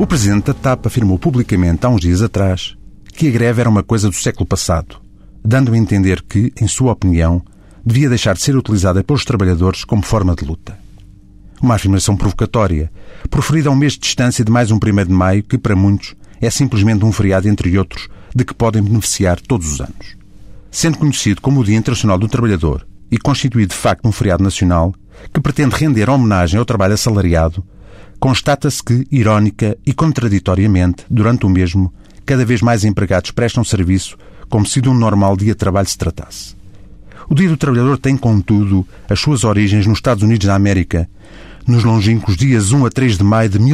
presidente da TAP afirmou publicamente há uns dias atrás que a greve era uma coisa do século passado, dando a entender que, em sua opinião, devia deixar de ser utilizada pelos trabalhadores como forma de luta. Uma afirmação provocatória, proferida a um mês de distância de mais um 1º de maio, que para muitos é simplesmente um feriado entre outros de que podem beneficiar todos os anos. Sendo conhecido como o Dia Internacional do Trabalhador e constituído de facto um feriado nacional que pretende render homenagem ao trabalho assalariado, constata-se que, irónica e contraditoriamente, durante o mesmo, cada vez mais empregados prestam serviço como se de um normal dia de trabalho se tratasse. O Dia do Trabalhador tem, contudo, as suas origens nos Estados Unidos da América, nos longínquos dias 1 a 3 de maio de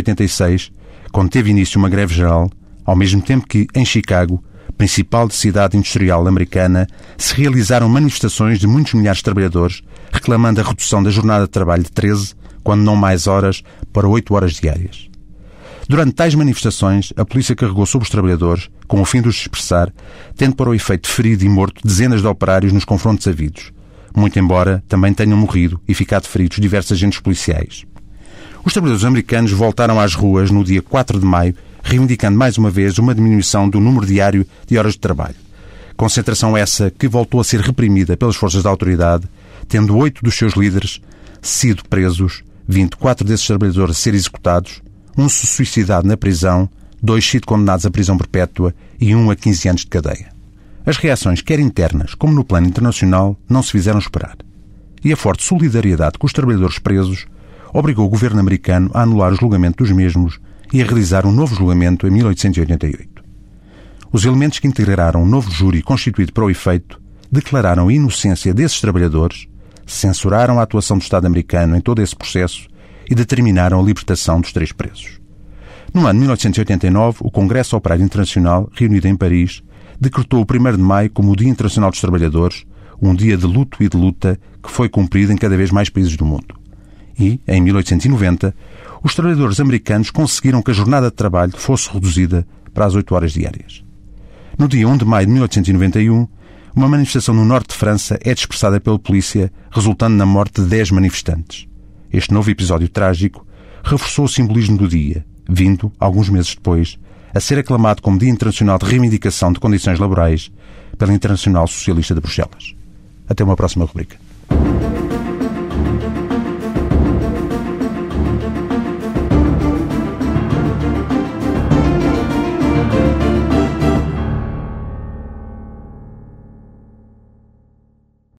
1886, quando teve início uma greve geral, ao mesmo tempo que, em Chicago, principal cidade industrial americana, se realizaram manifestações de muitos milhares de trabalhadores reclamando a redução da jornada de trabalho de 13, quando não mais horas, para 8 horas diárias. Durante tais manifestações, a polícia carregou sobre os trabalhadores, com o fim de os dispersar, tendo para o efeito ferido e morto dezenas de operários nos confrontos havidos, muito embora também tenham morrido e ficado feridos diversos agentes policiais. Os trabalhadores americanos voltaram às ruas no dia 4 de maio, reivindicando mais uma vez uma diminuição do número diário de horas de trabalho. Concentração essa que voltou a ser reprimida pelas forças da autoridade, tendo 8 dos seus líderes sido presos, 24 desses trabalhadores a ser executados, um se suicidado na prisão, 2 sido condenados à prisão perpétua e 1 a 15 anos de cadeia. As reações, quer internas como no plano internacional, não se fizeram esperar. E a forte solidariedade com os trabalhadores presos obrigou o governo americano a anular o julgamento dos mesmos e a realizar um novo julgamento em 1888. Os elementos que integraram um novo júri constituído para o efeito declararam a inocência desses trabalhadores, censuraram a atuação do Estado americano em todo esse processo e determinaram a libertação dos 3 presos. No ano de 1889, o Congresso Operário Internacional, reunido em Paris, decretou o 1º de maio como o Dia Internacional dos Trabalhadores, um dia de luto e de luta que foi cumprido em cada vez mais países do mundo. E, em 1890, os trabalhadores americanos conseguiram que a jornada de trabalho fosse reduzida para as 8 horas diárias. No dia 1 de maio de 1891, uma manifestação no norte de França é dispersada pela polícia, resultando na morte de 10 manifestantes. Este novo episódio trágico reforçou o simbolismo do dia, vindo, alguns meses depois, a ser aclamado como Dia Internacional de Reivindicação de Condições Laborais pela Internacional Socialista de Bruxelas. Até uma próxima rubrica.